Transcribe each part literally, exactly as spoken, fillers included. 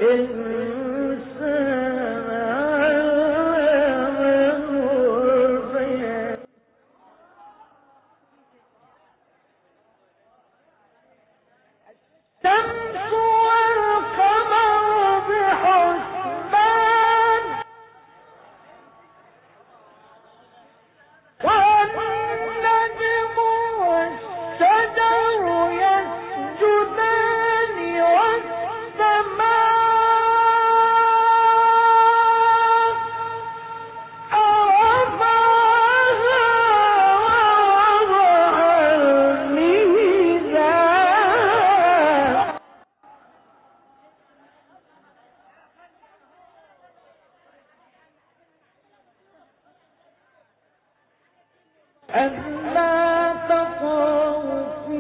ألا تطغوا في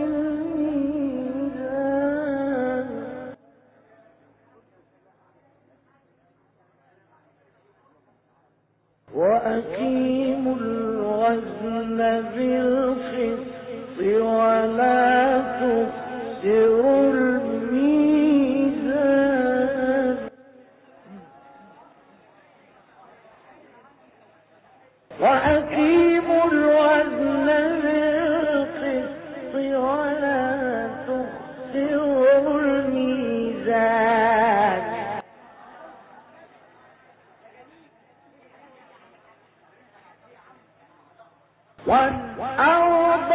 الميزان وأقيموا الوزن بالقسط ولا تخسروا الميزان وأقيموا الوزن بالقسط ولا تخسروا الميزان والأرض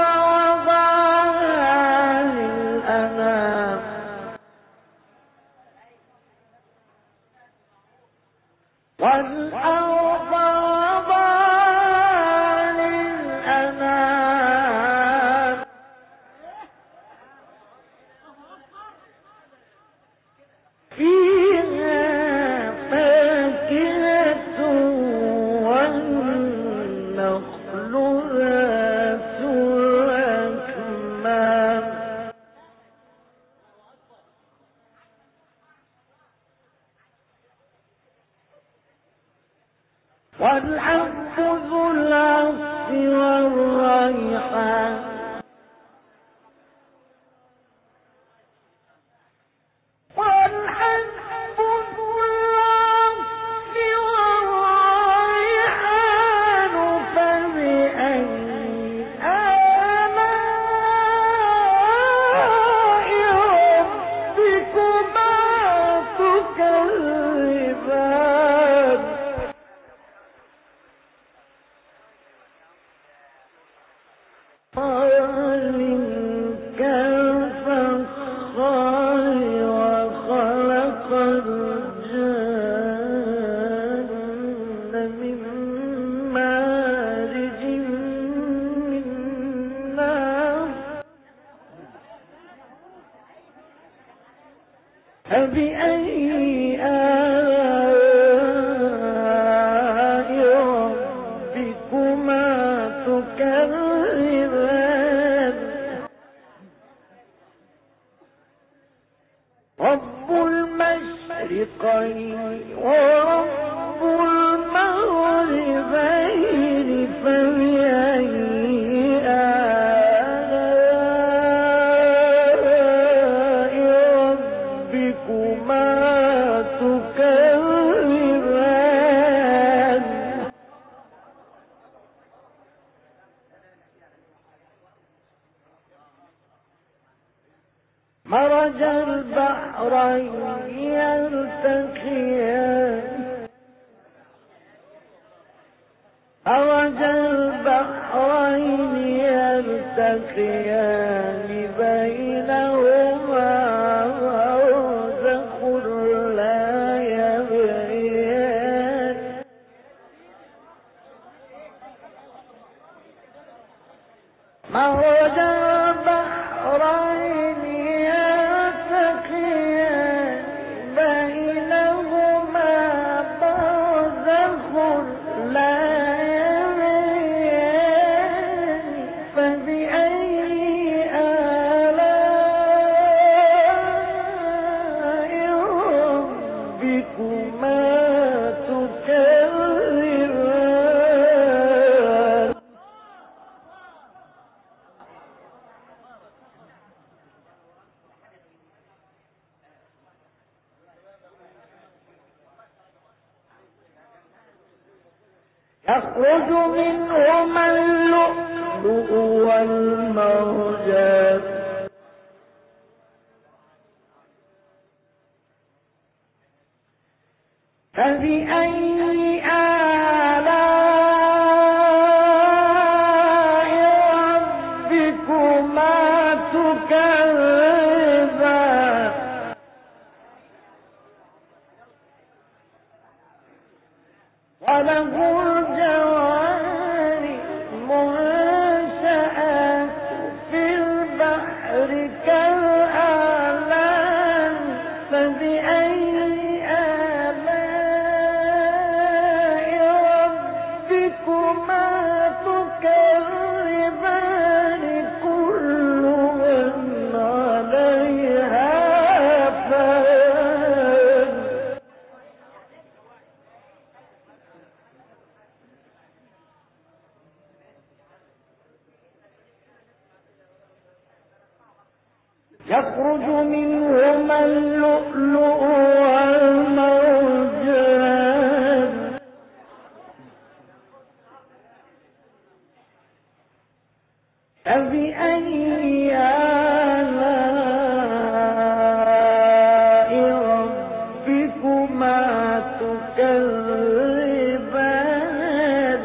وضعها للأنام والأرض وضعها للأنام فيها فاكهة والنخل ذات الأكمام والحب ذو العصف والريحان والحب ذو العصف والريحان فبأي آلاء ربكما تكذبان وخلق الجن من مارج من نار فبأي آلاء ربكما تكذبان رب المشرقين ورب المغربين فبأي آلاء ربكما تكذبان مرج البحرين يلتقيان مرج البحرين يلتقيان بينهما برزخ لا يبغيان مرج البحرين يلتقيان بينهما برزخ لا يبغيان فبأي آلاء ربكما تكذبان يخرج منهما اللؤلؤ والمرجان فبأي آلاء ربكما تكذبان وله الجوار المنشآت في البحر كالأعلام فبأي آلاء ربكما تكذبان كل من عليها فان يخرج منهما اللؤلؤ والمرجان فبأي آلاء ربكما تكذبان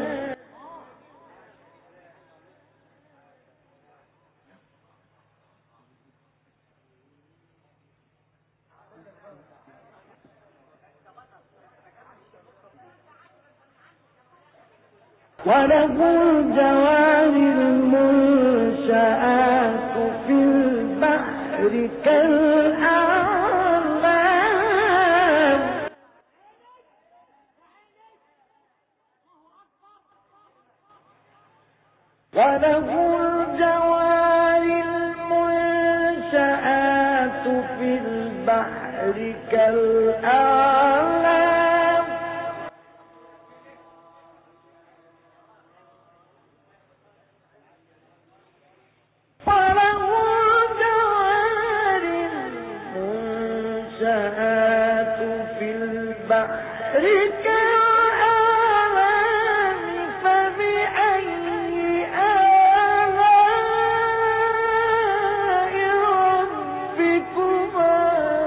وله الجوار المنشآت في البحر كالأعلام وله الجوار المنشآت في البحر كالأعلام وله الجوار المنشآت في البحر كالأعلام فبأي آلاء ربكما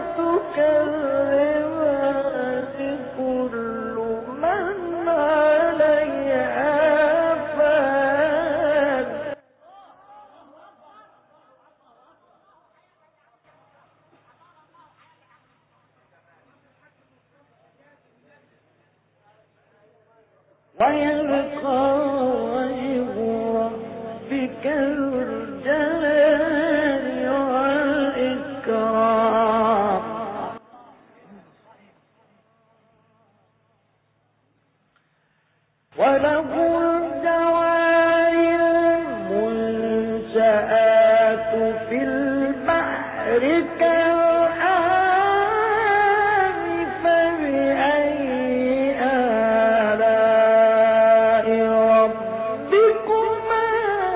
تكذبان كل من عليها فان ويبقى وجه ربك ذو الجلال والإكرام وله الجوار المنشآت في البحر كالأعلام فبأي آلاء ربكما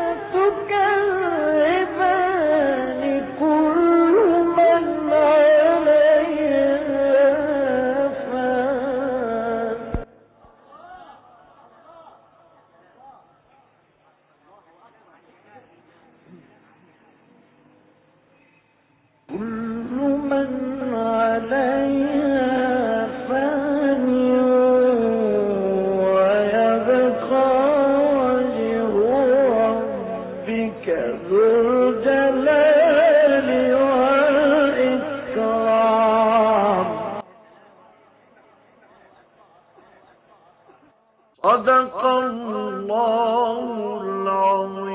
تكذبان كل من عليها فان كل من عليها فان ويبقى وجه ربك ذو الجلال والإكرام صدق الله العظيم.